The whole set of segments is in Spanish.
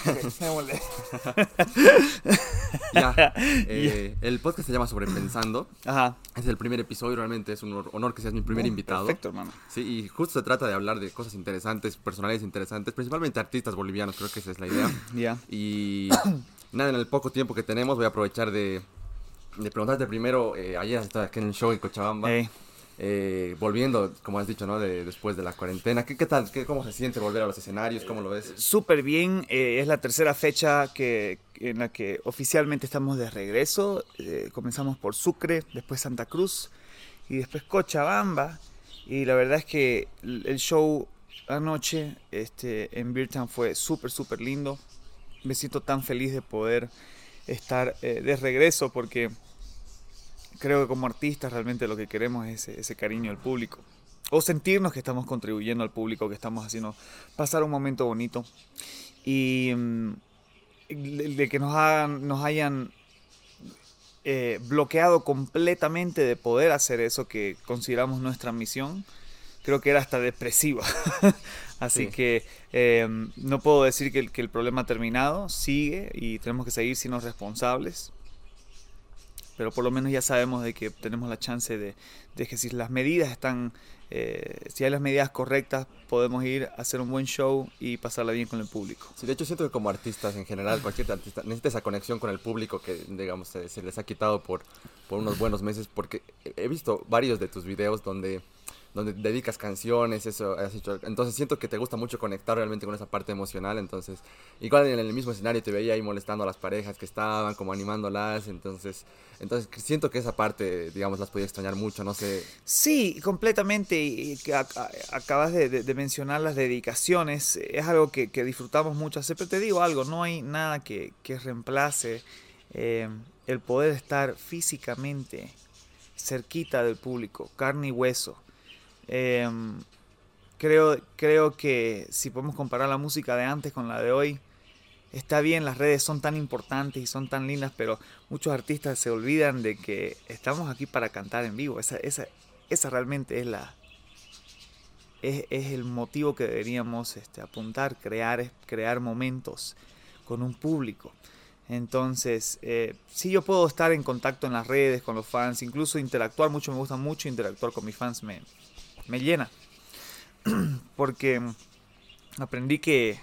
Ok, démosle. Ya, el podcast se llama Sobrepensando. Ajá. Es el primer episodio, realmente es un honor que seas mi primer No, invitado. perfecto, hermano. Sí, y justo se trata de hablar de cosas interesantes, personalidades interesantes, principalmente artistas bolivianos, creo que esa es la idea. Ya. Y nada, en el poco tiempo que tenemos voy a aprovechar de preguntarte primero, ayer estaba aquí en el show en Cochabamba, Ey. volviendo, como has dicho, ¿no? Después de la cuarentena, ¿qué tal? ¿Cómo se siente volver a los escenarios? ¿Cómo lo ves? Súper bien, es la tercera fecha en la que oficialmente estamos de regreso. Comenzamos por Sucre, después Santa Cruz y después Cochabamba. Y la verdad es que el show anoche en Birtown fue súper, súper lindo. Me siento tan feliz de poder estar de regreso porque creo que como artistas realmente lo que queremos es ese cariño al público. O sentirnos que estamos contribuyendo al público, que estamos haciendo pasar un momento bonito. Y de que nos hayan bloqueado completamente de poder hacer eso que consideramos nuestra misión, creo que era hasta depresiva. Así Sí. que no puedo decir que el problema ha terminado, sigue y tenemos que seguir siendo responsables, pero por lo menos ya sabemos de que tenemos la chance de que si las medidas están, si hay las medidas correctas, podemos ir a hacer un buen show y pasarla bien con el público. Sí, de hecho siento que como artistas en general, cualquier artista necesita esa conexión con el público que, digamos, se les ha quitado por unos buenos meses, porque he visto varios de tus videos donde dedicas canciones, eso has hecho. Entonces siento que te gusta mucho conectar realmente con esa parte emocional. Entonces, igual en el mismo escenario te veía ahí molestando a las parejas que estaban, como animándolas. Entonces siento que esa parte, digamos, las podía extrañar mucho, no sé. Sí, completamente. Y que acabas de mencionar las dedicaciones. Es algo que disfrutamos mucho hacer. Pero te digo algo, no hay nada que reemplace eh, el poder estar físicamente cerquita del público, carne y hueso. Eh, creo que si podemos comparar la música de antes con la de hoy, está bien, las redes son tan importantes y son tan lindas, pero muchos artistas se olvidan de que estamos aquí para cantar en vivo. Esa realmente es el motivo que deberíamos apuntar, crear momentos con un público. Entonces, sí, yo puedo estar en contacto en las redes con los fans, incluso interactuar mucho, me gusta mucho interactuar con mis fans, me llena, porque aprendí que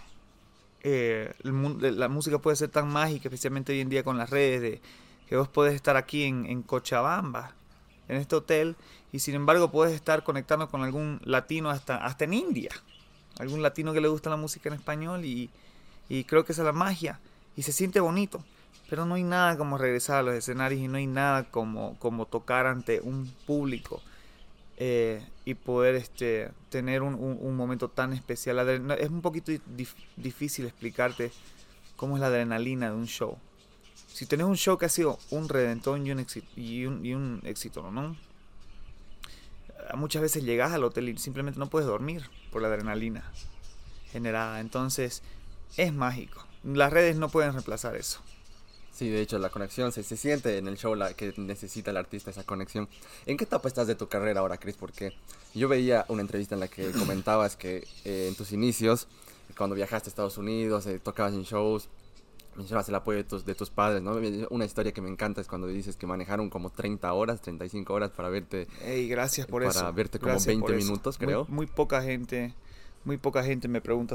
la música puede ser tan mágica, especialmente hoy en día con las redes, de que vos podés estar aquí en Cochabamba, en este hotel, y sin embargo puedes estar conectando con algún latino hasta en India, algún latino que le gusta la música en español, y creo que esa es la magia, y se siente bonito. Pero no hay nada como regresar a los escenarios y no hay nada como tocar ante un público y poder tener un momento tan especial. Es un poquito difícil explicarte cómo es la adrenalina de un show. Si tenés un show que ha sido un reventón y un éxito, ¿no? Muchas veces llegas al hotel y simplemente no puedes dormir por la adrenalina generada. Entonces es mágico. Las redes no pueden reemplazar eso. Sí, de hecho la conexión se siente en el show que necesita el artista esa conexión. ¿En qué etapa estás de tu carrera ahora, Chris? Porque yo veía una entrevista en la que comentabas que en tus inicios, cuando viajaste a Estados Unidos, tocabas en shows, mencionabas el apoyo de tus padres, ¿no? Una historia que me encanta es cuando dices que manejaron como 30 horas, 35 horas Hey, gracias por para eso. verte como Gracias 20 por eso. minutos, Muy, creo. muy poca gente, muy poca gente me pregunta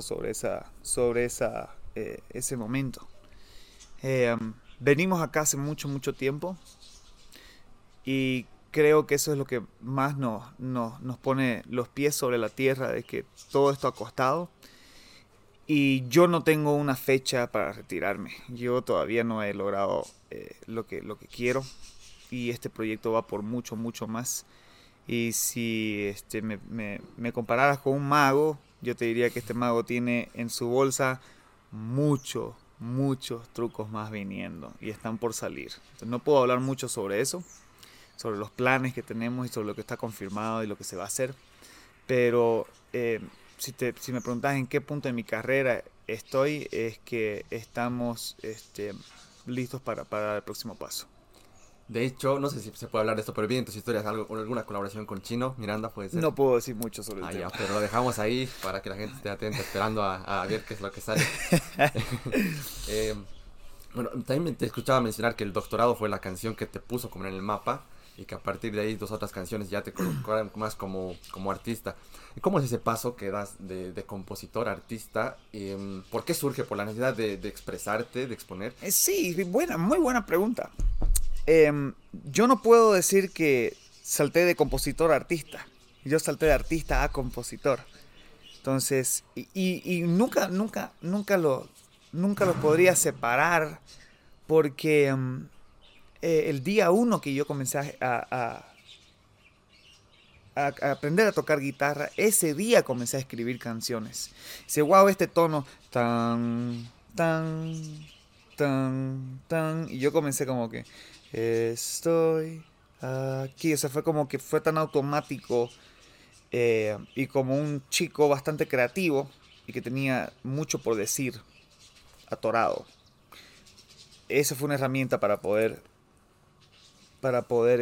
sobre ese momento. Venimos acá hace mucho, mucho tiempo y creo que eso es lo que más nos pone los pies sobre la tierra, de que todo esto ha costado. Y yo no tengo una fecha para retirarme. Yo todavía no he logrado lo que quiero. Y este proyecto va por mucho, mucho más. Y si me compararas con un mago, yo te diría que este mago tiene en su bolsa muchos trucos más viniendo. Y están por salir. Entonces no puedo hablar mucho sobre eso. Sobre los planes que tenemos y sobre lo que está confirmado y lo que se va a hacer. Pero si me preguntas en qué punto de mi carrera estoy, es que estamos listos para dar el próximo paso. De hecho, no sé si se puede hablar de esto, pero vi en tus historias alguna colaboración con Chino, Miranda, puede ser. No puedo decir mucho sobre el Ya, tema. pero lo dejamos ahí para que la gente esté atenta, esperando a ver qué es lo que sale. Eh, bueno, también te escuchaba mencionar que El Doctorado fue la canción que te puso como en el mapa y que a partir de ahí dos otras canciones ya te colocaron más como artista. ¿Y cómo es ese paso que das de compositor a artista? ¿Por qué surge? ¿Por la necesidad de expresarte, de exponer? Sí, muy buena pregunta. Yo no puedo decir que salté de compositor a artista. Yo salté de artista a compositor. Entonces, y nunca los podría separar porque el día uno que yo comencé a aprender a tocar guitarra, ese día comencé a escribir canciones. Dice, wow, este tono, tan, tan, tan, tan. Y yo comencé como que, estoy aquí. O sea, fue como que fue tan automático y como un chico bastante creativo y que tenía mucho por decir, atorado. Esa fue una herramienta para poder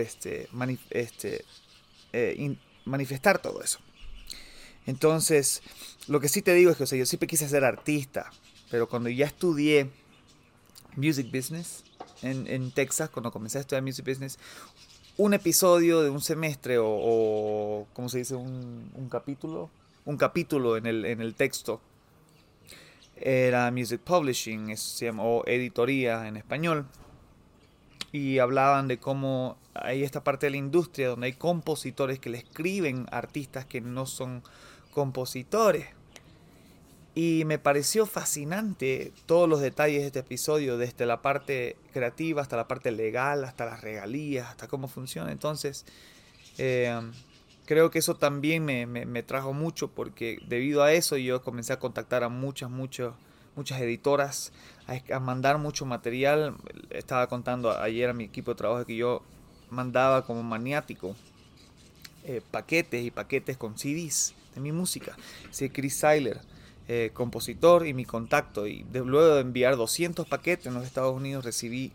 manifestar todo eso. Entonces, lo que sí te digo es que, o sea, yo siempre quise ser artista, pero cuando ya estudié Music Business en Texas, cuando comencé a estudiar Music Business, un episodio de un semestre o ¿cómo se dice? Un capítulo en el texto era Music Publishing, se llama, o editoría en español, y hablaban de cómo hay esta parte de la industria donde hay compositores que le escriben a artistas que no son compositores. Y me pareció fascinante todos los detalles de este episodio, desde la parte creativa hasta la parte legal, hasta las regalías, hasta cómo funciona. Entonces, eh, creo que eso también me trajo mucho porque debido a eso yo comencé a contactar a muchas editoras, a mandar mucho material. Estaba contando ayer a mi equipo de trabajo que yo mandaba como maniático paquetes y paquetes con CDs de mi música. Sí, Chris Seiler, compositor y mi contacto. Y luego de enviar 200 paquetes en los Estados Unidos recibí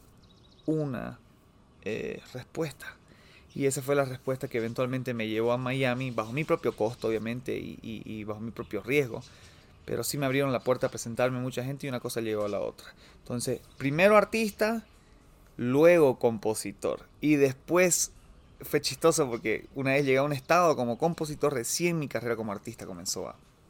una respuesta. Y esa fue la respuesta que eventualmente me llevó a Miami, bajo mi propio costo, obviamente, y bajo mi propio riesgo. Pero sí me abrieron la puerta a presentarme a mucha gente y una cosa llegó a la otra. Entonces, primero artista, luego compositor. Y después fue chistoso porque una vez llegué a un estado como compositor, recién mi carrera como artista comenzó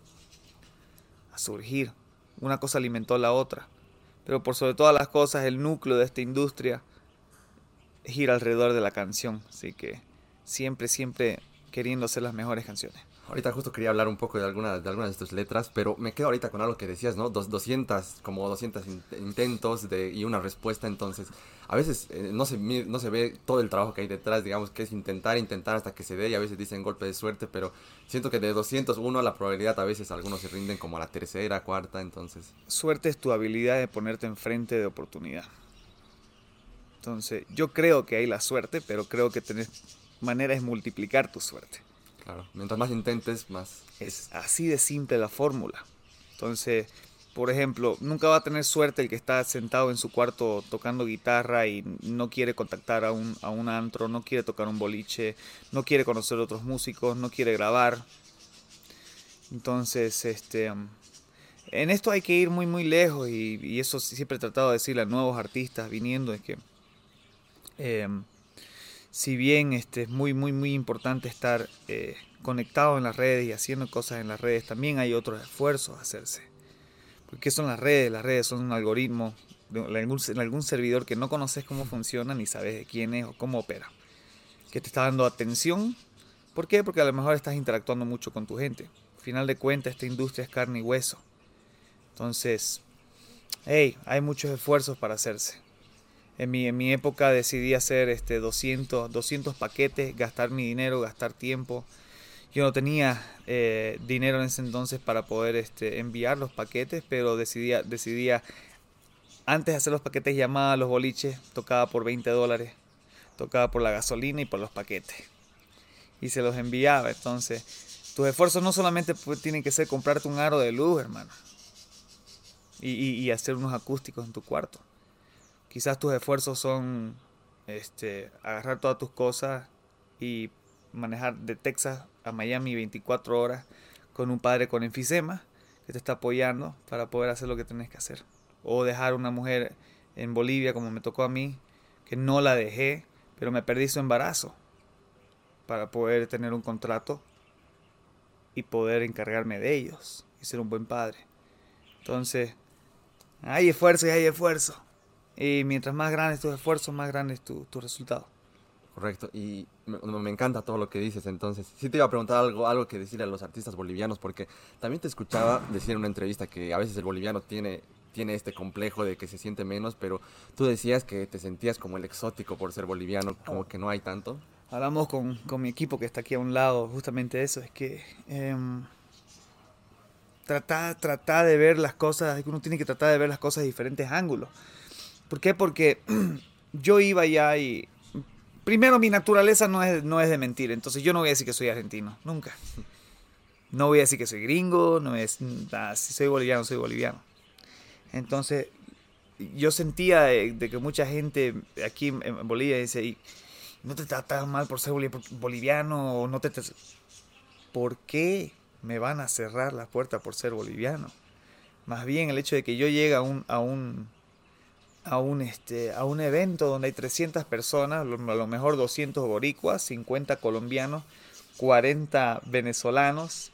a surgir. Una cosa alimentó la otra. Pero por sobre todas las cosas, el núcleo de esta industria gira alrededor de la canción. Así que siempre queriendo hacer las mejores canciones. Ahorita justo quería hablar un poco de algunas de tus letras, pero me quedo ahorita con algo que decías, ¿no? 200 intentos y una respuesta, entonces a veces no se ve todo el trabajo que hay detrás, digamos que es intentar hasta que se dé y a veces dicen golpe de suerte, pero siento que de 201 la probabilidad a veces algunos se rinden como a la tercera, cuarta, entonces... Suerte es tu habilidad de ponerte enfrente de oportunidad. Entonces, yo creo que hay la suerte, pero creo que tenés manera de multiplicar tu suerte. Claro, mientras más intentes, más... Es así de simple la fórmula. Entonces, por ejemplo, nunca va a tener suerte el que está sentado en su cuarto tocando guitarra y no quiere contactar a un antro, no quiere tocar un boliche, no quiere conocer otros músicos, no quiere grabar. Entonces, en esto hay que ir muy muy lejos y eso siempre he tratado de decirle a nuevos artistas viniendo, es que eh, si bien es muy muy muy importante estar conectado en las redes y haciendo cosas en las redes, también hay otros esfuerzos a hacerse. Porque ¿qué son las redes? Las redes son un algoritmo de algún servidor que no conoces cómo funciona ni sabes de quién es o cómo opera. Que te está dando atención. ¿Por qué? Porque a lo mejor estás interactuando mucho con tu gente. Al final de cuentas, esta industria es carne y hueso. Entonces, hey, hay muchos esfuerzos para hacerse. En mi época decidí hacer 200 paquetes, gastar mi dinero, gastar tiempo. Yo no tenía dinero en ese entonces para poder enviar los paquetes, pero decidía antes de hacer los paquetes, llamaba a los boliches, tocaba por $20, tocaba por la gasolina y por los paquetes. Y se los enviaba. Entonces, tus esfuerzos no solamente tienen que ser comprarte un aro de luz, hermano, y hacer unos acústicos en tu cuarto. Quizás tus esfuerzos son agarrar todas tus cosas y manejar de Texas a Miami 24 horas con un padre con enfisema que te está apoyando para poder hacer lo que tienes que hacer. O dejar una mujer en Bolivia como me tocó a mí, que no la dejé, pero me perdí su embarazo para poder tener un contrato y poder encargarme de ellos y ser un buen padre. Entonces, hay esfuerzo y hay esfuerzo. Y mientras más grande es tu esfuerzo, más grande es tu resultado. Correcto, y me encanta todo lo que dices. Entonces sí te iba a preguntar algo que decirle a los artistas bolivianos, porque también te escuchaba decir en una entrevista que a veces el boliviano tiene este complejo de que se siente menos, pero tú decías que te sentías como el exótico por ser boliviano, como que no hay tanto. Hablamos con mi equipo que está aquí a un lado, justamente de eso, es que trata de ver las cosas, uno tiene que tratar de ver las cosas de diferentes ángulos. ¿Por qué? Porque yo iba allá y primero mi naturaleza no es de mentir, entonces yo no voy a decir que soy argentino, nunca. No voy a decir que soy gringo, no es nada, si soy boliviano, soy boliviano. Entonces yo sentía de que mucha gente aquí en Bolivia dice, y no te tratas mal por ser boliviano, o no te... ¿Por qué me van a cerrar la puerta por ser boliviano? Más bien el hecho de que yo llegue a un evento donde hay 300 personas, a lo mejor 200 boricuas, 50 colombianos, 40 venezolanos,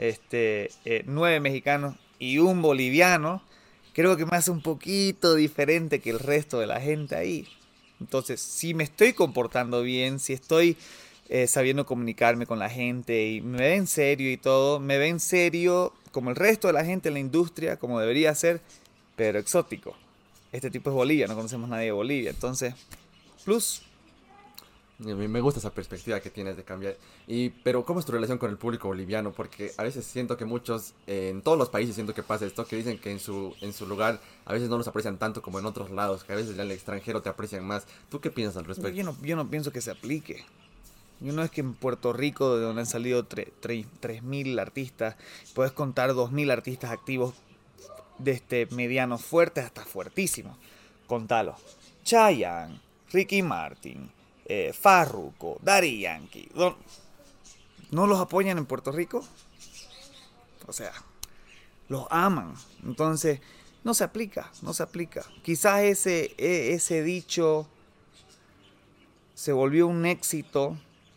9 mexicanos y un boliviano, creo que me hace un poquito diferente que el resto de la gente ahí. Entonces, si me estoy comportando bien, si estoy sabiendo comunicarme con la gente y me ven serio y todo, me ven serio como el resto de la gente en la industria, como debería ser, pero exótico. Este tipo es Bolivia, no conocemos a nadie de Bolivia, entonces, plus. Y a mí me gusta esa perspectiva que tienes de cambiar. Pero ¿cómo es tu relación con el público boliviano? Porque a veces siento que muchos, en todos los países siento que pasa esto, que dicen que en su lugar a veces no los aprecian tanto como en otros lados, que a veces en el extranjero te aprecian más. ¿Tú qué piensas al respecto? Yo no pienso que se aplique. Yo no es que en Puerto Rico, de donde han salido 3.000 artistas, puedes contar 2.000 artistas activos desde medianos fuertes hasta fuertísimos. Contalo. Chayanne, Ricky Martin, Farruko, Daddy Yankee. ¿No los apoyan en Puerto Rico? O sea, los aman. Entonces, no se aplica. Quizás ese dicho se volvió un éxito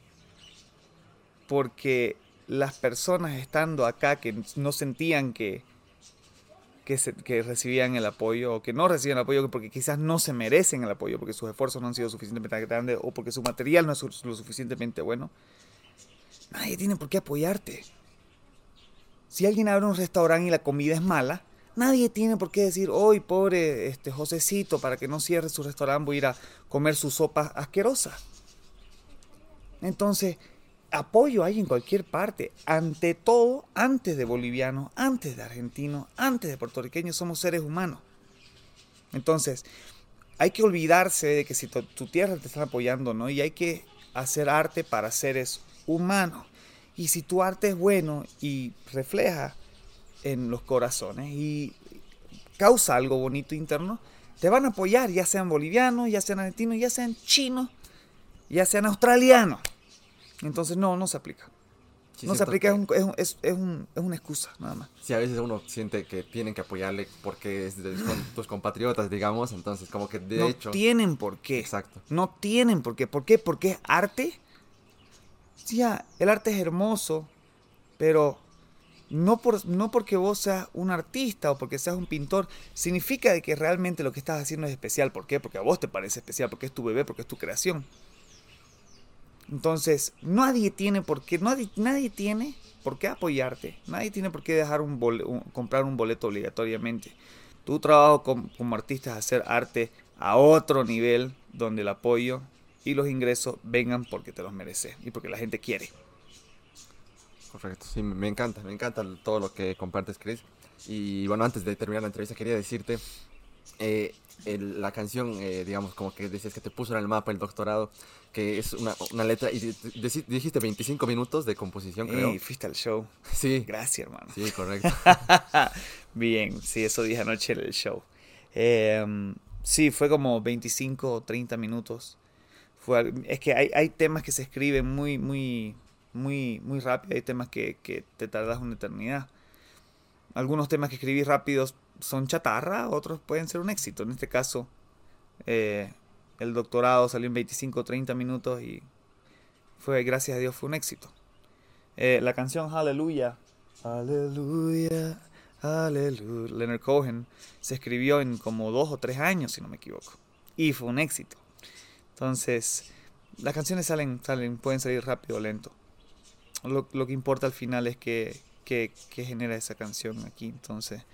porque las personas estando acá que no sentían que recibían el apoyo o que no recibían el apoyo porque quizás no se merecen el apoyo porque sus esfuerzos no han sido suficientemente grandes o porque su material no es lo suficientemente bueno, nadie tiene por qué apoyarte. Si alguien abre un restaurante y la comida es mala, nadie tiene por qué decir, hoy pobre Josecito, para que no cierre su restaurante voy a ir a comer su sopa asquerosa. Entonces, apoyo hay en cualquier parte. Ante todo, antes de bolivianos, antes de argentinos, antes de puertorriqueños, somos seres humanos. Entonces, hay que olvidarse de que si tu tierra te está apoyando, ¿no? Y hay que hacer arte para seres humanos. Y si tu arte es bueno y refleja en los corazones y causa algo bonito interno, te van a apoyar, ya sean bolivianos, ya sean argentinos, ya sean chinos, ya sean australianos. Entonces no se aplica. Sí, no se aplica, es una excusa, nada más. Sí, a veces uno siente que tienen que apoyarle porque es de tus compatriotas, digamos, entonces como que de hecho... No tienen por qué. Exacto. No tienen por qué. ¿Por qué? Porque es arte. Sí, ya, el arte es hermoso, pero no porque vos seas un artista o porque seas un pintor, significa de que realmente lo que estás haciendo es especial. ¿Por qué? Porque a vos te parece especial, porque es tu bebé, porque es tu creación. Entonces, nadie tiene por qué apoyarte. Nadie tiene por qué dejar comprar un boleto obligatoriamente. Tu trabajo como artista es hacer arte a otro nivel donde el apoyo y los ingresos vengan porque te los mereces y porque la gente quiere. Correcto, sí, me encanta todo lo que compartes, Chris. Y bueno, antes de terminar la entrevista quería decirte, la canción, digamos, como que decías que te puso en el mapa el doctorado, que es una letra, y dijiste 25 minutos de composición, creo. Fuiste al show. Sí. Gracias, hermano. Sí, correcto. Bien, sí, eso dije anoche en el show. Sí, fue como 25 o 30 minutos. Es que hay temas que se escriben muy rápido, hay temas que te tardas una eternidad. Algunos temas que escribí rápidos son chatarra, otros pueden ser un éxito. En este caso, eh, el doctorado salió en 25 o 30 minutos y gracias a Dios, fue un éxito. La canción Hallelujah, Hallelujah, Hallelujah, Leonard Cohen, se escribió en como 2 o 3 años, si no me equivoco. Y fue un éxito. Entonces, las canciones pueden salir rápido o lento. Lo que importa al final es que genera esa canción aquí. Entonces,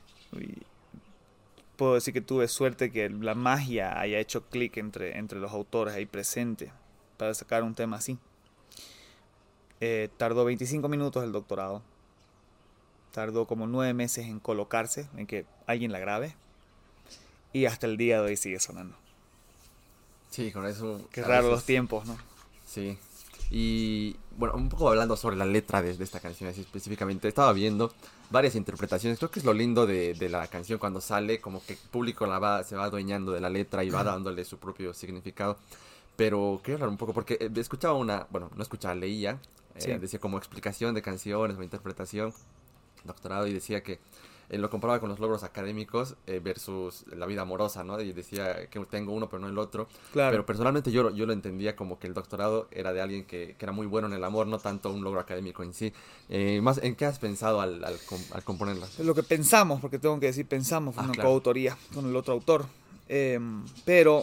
puedo decir que tuve suerte que la magia haya hecho clic entre los autores ahí presentes para sacar un tema así. Tardó 25 minutos el doctorado. Tardó como 9 meses en colocarse, en que alguien la grabe. Y hasta el día de hoy sigue sonando. Sí, con eso... Qué raro los tiempos, ¿no? Sí. Y bueno, un poco hablando sobre la letra de esta canción así específicamente, estaba viendo varias interpretaciones. Creo que es lo lindo de la canción cuando sale, como que el público se va adueñando de la letra y va dándole su propio significado. Pero quería hablar un poco, porque escuchaba no escuchaba, leía, Sí. decía como explicación de canciones o interpretación, doctorado, y decía que lo comparaba con los logros académicos versus la vida amorosa, ¿no? Y decía que tengo uno pero no el otro. Claro. Pero personalmente yo lo entendía como que el doctorado era de alguien que era muy bueno en el amor, no tanto un logro académico en sí. Más, ¿en qué has pensado al componerla? Lo que pensamos, porque tengo que decir pensamos, fue una Claro. coautoría con el otro autor. Pero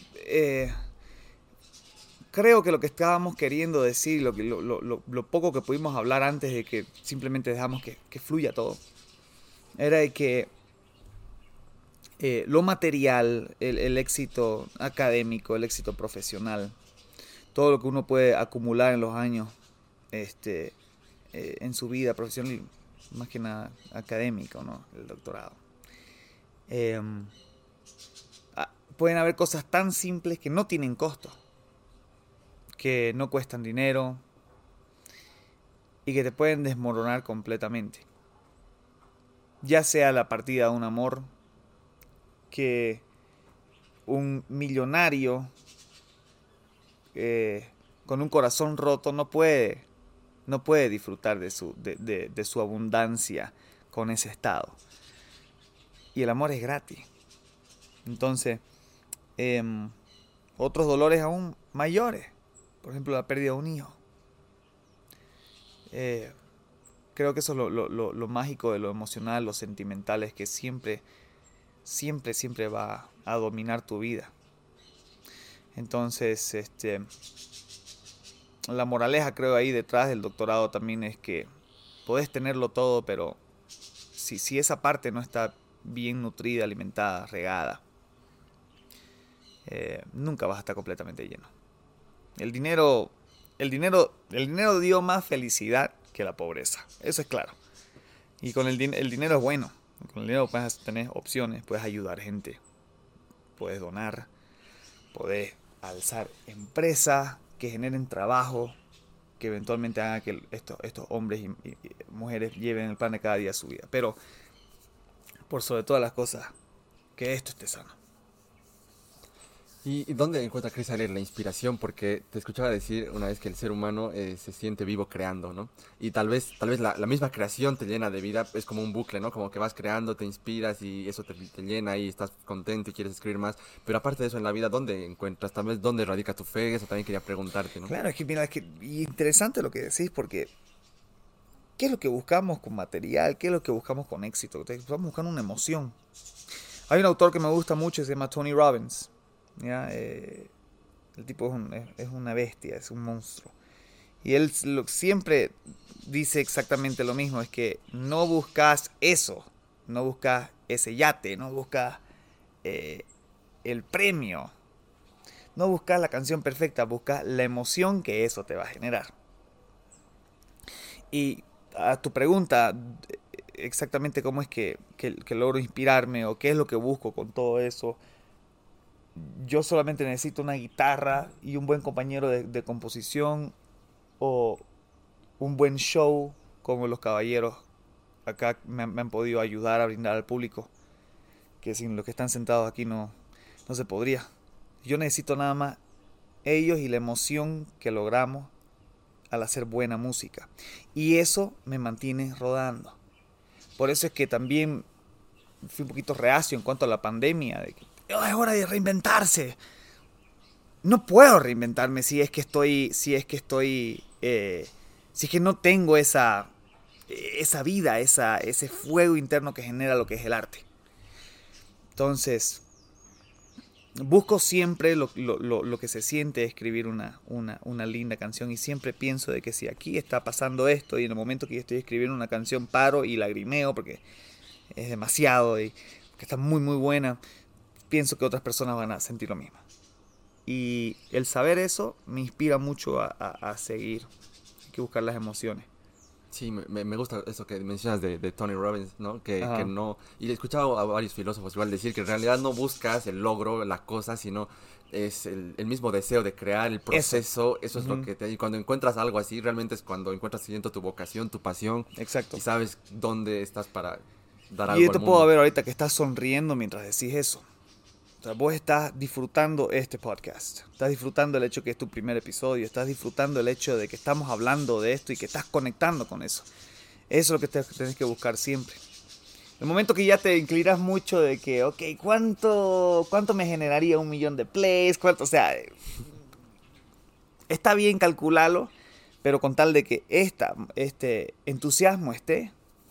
creo que lo que estábamos queriendo decir, lo poco que pudimos hablar antes de que simplemente dejamos que fluya todo, era de que lo material, el éxito académico, el éxito profesional, todo lo que uno puede acumular en los años en su vida profesional y más que nada académico, ¿no? El doctorado. Pueden haber cosas tan simples que no tienen costo, que no cuestan dinero y que te pueden desmoronar completamente. Ya sea la partida de un amor, que un millonario con un corazón roto no puede disfrutar de su abundancia con ese estado. Y el amor es gratis. Entonces, otros dolores aún mayores, por ejemplo la pérdida de un hijo. Creo que eso es lo mágico de lo emocional, lo sentimental, es que siempre va a dominar tu vida. Entonces, la moraleja creo ahí detrás del doctorado también es que podés tenerlo todo, pero si esa parte no está bien nutrida, alimentada, regada, nunca vas a estar completamente lleno. El dinero dio más felicidad que la pobreza, eso es claro. Y con el dinero es bueno. Con el dinero puedes tener opciones, puedes ayudar gente, puedes donar, puedes alzar empresas que generen trabajo, que eventualmente hagan que estos hombres y mujeres lleven el pan de cada día a su vida. Pero, por sobre todas las cosas, que esto esté sano. ¿Y dónde encuentra Chris Aller la inspiración? Porque te escuchaba decir una vez que el ser humano se siente vivo creando, ¿no? Y tal vez la misma creación te llena de vida, es como un bucle, ¿no? Como que vas creando, te inspiras y eso te llena y estás contento y quieres escribir más. Pero aparte de eso en la vida, ¿dónde encuentras? Tal vez, ¿dónde radica tu fe? Eso también quería preguntarte, ¿no? Claro, es que mira, interesante lo que decís, porque ¿qué es lo que buscamos con material? ¿Qué es lo que buscamos con éxito? Estamos buscando una emoción. Hay un autor que me gusta mucho, se llama Tony Robbins. ¿Ya? El tipo es una bestia, es un monstruo. Y él siempre dice exactamente lo mismo, es que no buscas eso, no buscas ese yate, no buscas el premio, no buscas la canción perfecta, buscas la emoción que eso te va a generar. Y a tu pregunta, exactamente cómo es que logro inspirarme o qué es lo que busco con todo eso, yo solamente necesito una guitarra y un buen compañero de composición o un buen show como los caballeros acá me han podido ayudar a brindar al público, que sin los que están sentados aquí no se podría. Yo necesito nada más ellos y la emoción que logramos al hacer buena música. Y eso me mantiene rodando. Por eso es que también fui un poquito reacio en cuanto a la pandemia, de que "Oh, es hora de reinventarse". No puedo reinventarme si es que no tengo esa vida, ese fuego interno que genera lo que es el arte. Entonces, busco siempre lo que se siente escribir una linda canción, y siempre pienso de que si aquí está pasando esto y en el momento que yo estoy escribiendo una canción paro y lagrimeo porque es demasiado y que está muy muy buena, pienso que otras personas van a sentir lo mismo. Y el saber eso me inspira mucho a seguir. Hay que buscar las emociones. Sí, me gusta eso que mencionas de Tony Robbins, ¿no? Que Ajá. no... Y he escuchado a varios filósofos igual decir que en realidad no buscas el logro, la cosa, sino es el mismo deseo de crear el proceso. Eso es lo que te... Y cuando encuentras algo así, realmente es cuando encuentras siento tu vocación, tu pasión. Exacto. Y sabes dónde estás para dar Y algo yo al te puedo mundo. ver ahorita que estás sonriendo mientras decís eso. O sea, vos estás disfrutando este podcast. Estás disfrutando el hecho que es tu primer episodio. Estás disfrutando el hecho de que estamos hablando de esto y que estás conectando con eso. Eso es lo que tenés que buscar siempre. El momento que ya te inclinas mucho de que, ok, ¿cuánto me generaría 1 millón de plays? ¿Cuánto? O sea, está bien calcularlo, pero con tal de que este entusiasmo esté,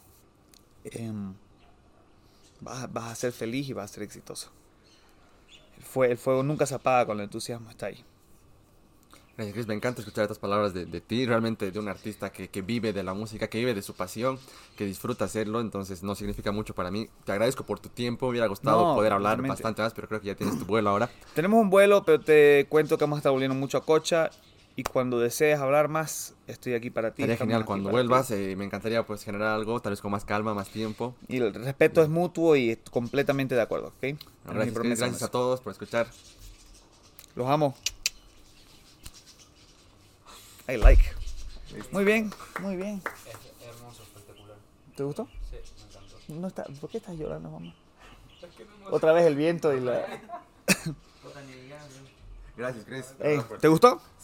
vas a ser feliz y vas a ser exitoso. El fuego nunca se apaga cuando el entusiasmo está ahí. Gracias, Chris. Me encanta escuchar estas palabras de ti, realmente de un artista que vive de la música, que vive de su pasión, que disfruta hacerlo, entonces no significa mucho para mí. Te agradezco por tu tiempo, me hubiera gustado No, poder hablar totalmente. bastante más, pero creo que ya tienes tu vuelo ahora. Tenemos un vuelo, pero te cuento que vamos a estar volviendo mucho a Cocha, y cuando desees hablar más, estoy aquí para ti. Estaría Estamos genial aquí cuando para vuelvas, ti. me encantaría pues generar algo, tal vez con más calma, más tiempo. Y el respeto es mutuo y completamente de acuerdo, ¿ok? Tenemos mi Gracias, Chris, promesa con gracias a eso. todos por escuchar. Los amo. I like. Muy bien, muy bien. Es hermoso, espectacular. ¿Te gustó? Sí, me encantó. No está, ¿por qué estás llorando, mamá? Otra vez el viento y la... Gracias, Chris. Ey, ¿te gustó?